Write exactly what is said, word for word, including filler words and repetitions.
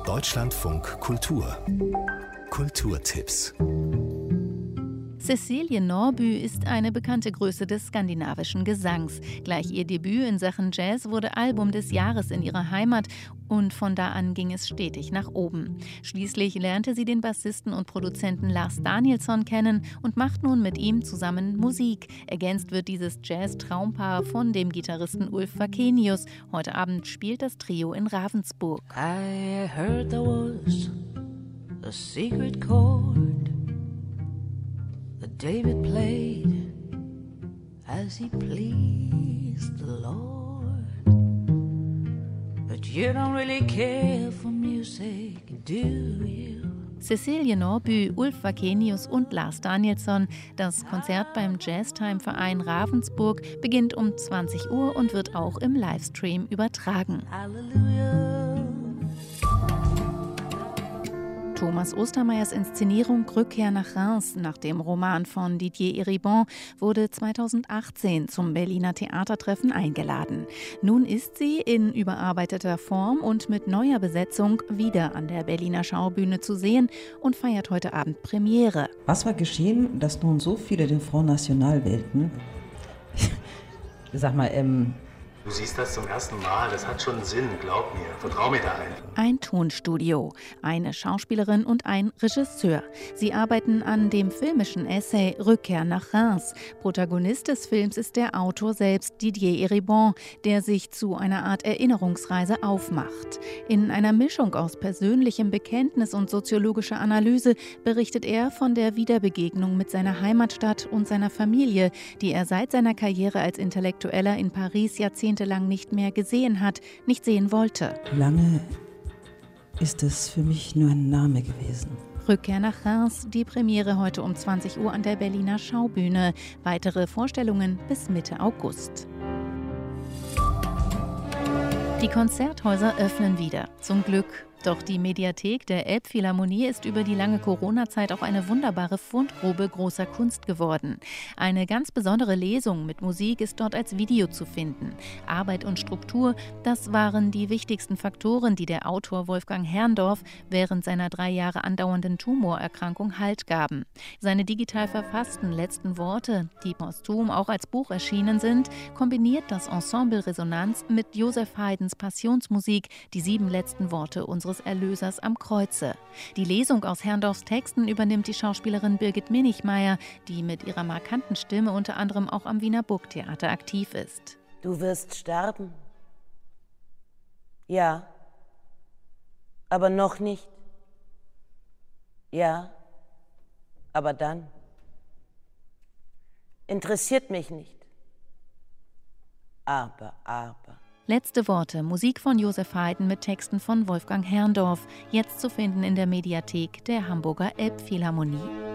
Deutschlandfunk Kultur. Kulturtipps. Cecilie Norby ist eine bekannte Größe des skandinavischen Gesangs. Gleich ihr Debüt in Sachen Jazz wurde Album des Jahres in ihrer Heimat und von da an ging es stetig nach oben. Schließlich lernte sie den Bassisten und Produzenten Lars Danielsson kennen und macht nun mit ihm zusammen Musik. Ergänzt wird dieses Jazz-Traumpaar von dem Gitarristen Ulf Wakenius. Heute Abend spielt das Trio in Ravensburg. I heard there was a secret chord that David played as he pleased the Lord. But you don't really care for music, do you? Cecilie Norby, Ulf Wakenius und Lars Danielsson. Das Konzert beim Jazztime-Verein Ravensburg beginnt um zwanzig Uhr und wird auch im Livestream übertragen. Halleluja. Thomas Ostermeyers Inszenierung Rückkehr nach Reims nach dem Roman von Didier Eribon wurde zweitausendachtzehn zum Berliner Theatertreffen eingeladen. Nun ist sie in überarbeiteter Form und mit neuer Besetzung wieder an der Berliner Schaubühne zu sehen und feiert heute Abend Premiere. Was war geschehen, dass nun so viele den Front National wählten? Sag mal, ähm... Du siehst das zum ersten Mal, das hat schon Sinn, glaub mir, vertrau mir da einfach. Ein Tonstudio, eine Schauspielerin und ein Regisseur. Sie arbeiten an dem filmischen Essay Rückkehr nach Reims. Protagonist des Films ist der Autor selbst, Didier Eribon, der sich zu einer Art Erinnerungsreise aufmacht. In einer Mischung aus persönlichem Bekenntnis und soziologischer Analyse berichtet er von der Wiederbegegnung mit seiner Heimatstadt und seiner Familie, die er seit seiner Karriere als Intellektueller in Paris jahrzehntelang nicht mehr gesehen hat, nicht sehen wollte. Lange ist es für mich nur ein Name gewesen. Rückkehr nach Reims, die Premiere heute um zwanzig Uhr an der Berliner Schaubühne. Weitere Vorstellungen bis Mitte August. Die Konzerthäuser öffnen wieder, zum Glück. Doch die Mediathek der Elbphilharmonie ist über die lange Corona-Zeit auch eine wunderbare Fundgrube großer Kunst geworden. Eine ganz besondere Lesung mit Musik ist dort als Video zu finden. Arbeit und Struktur, das waren die wichtigsten Faktoren, die der Autor Wolfgang Herrndorff während seiner drei Jahre andauernden Tumorerkrankung Halt gaben. Seine digital verfassten letzten Worte, die posthum auch als Buch erschienen sind, kombiniert das Ensemble Resonanz mit Joseph Haydns Passionsmusik, die sieben letzten Worte unseres Erlösers am Kreuze. Die Lesung aus Herrndorffs Texten übernimmt die Schauspielerin Birgit Minichmeier, die mit ihrer markanten Stimme unter anderem auch am Wiener Burgtheater aktiv ist. Du wirst sterben. Ja, aber noch nicht. Ja, aber dann. Interessiert mich nicht. Aber, aber. Letzte Worte, Musik von Joseph Haydn mit Texten von Wolfgang Herrndorff, jetzt zu finden in der Mediathek der Hamburger Elbphilharmonie.